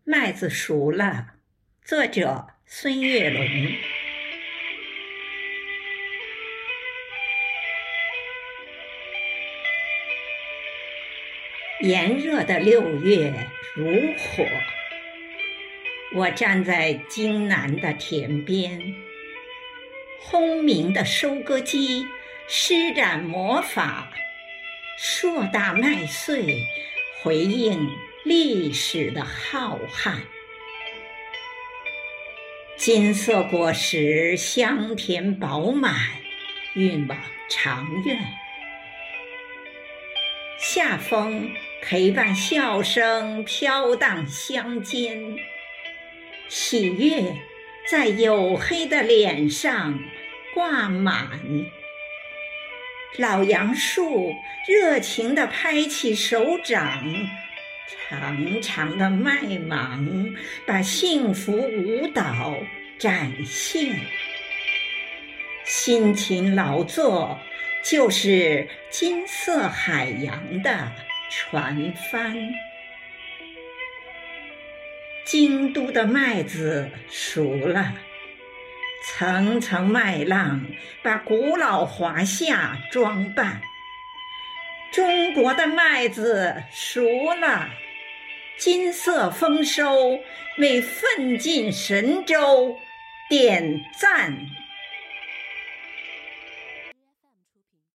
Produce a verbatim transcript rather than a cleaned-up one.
麦子熟了，作者孙月龙。炎热的六月如火，我站在京南的田边，轰鸣的收割机施展魔法，硕大麦穗回应历史的浩瀚，金色果实香甜饱满，运往长远。夏风陪伴笑声飘荡乡间，喜悦在黝黑的脸上挂满。老杨树热情地拍起手掌，长长的麦芒把幸福舞蹈展现。辛勤劳作就是金色海洋的船帆。京都的麦子熟了，层层麦浪把古老华夏装扮。中国的麦子熟了，金色丰收为奋进神州点赞。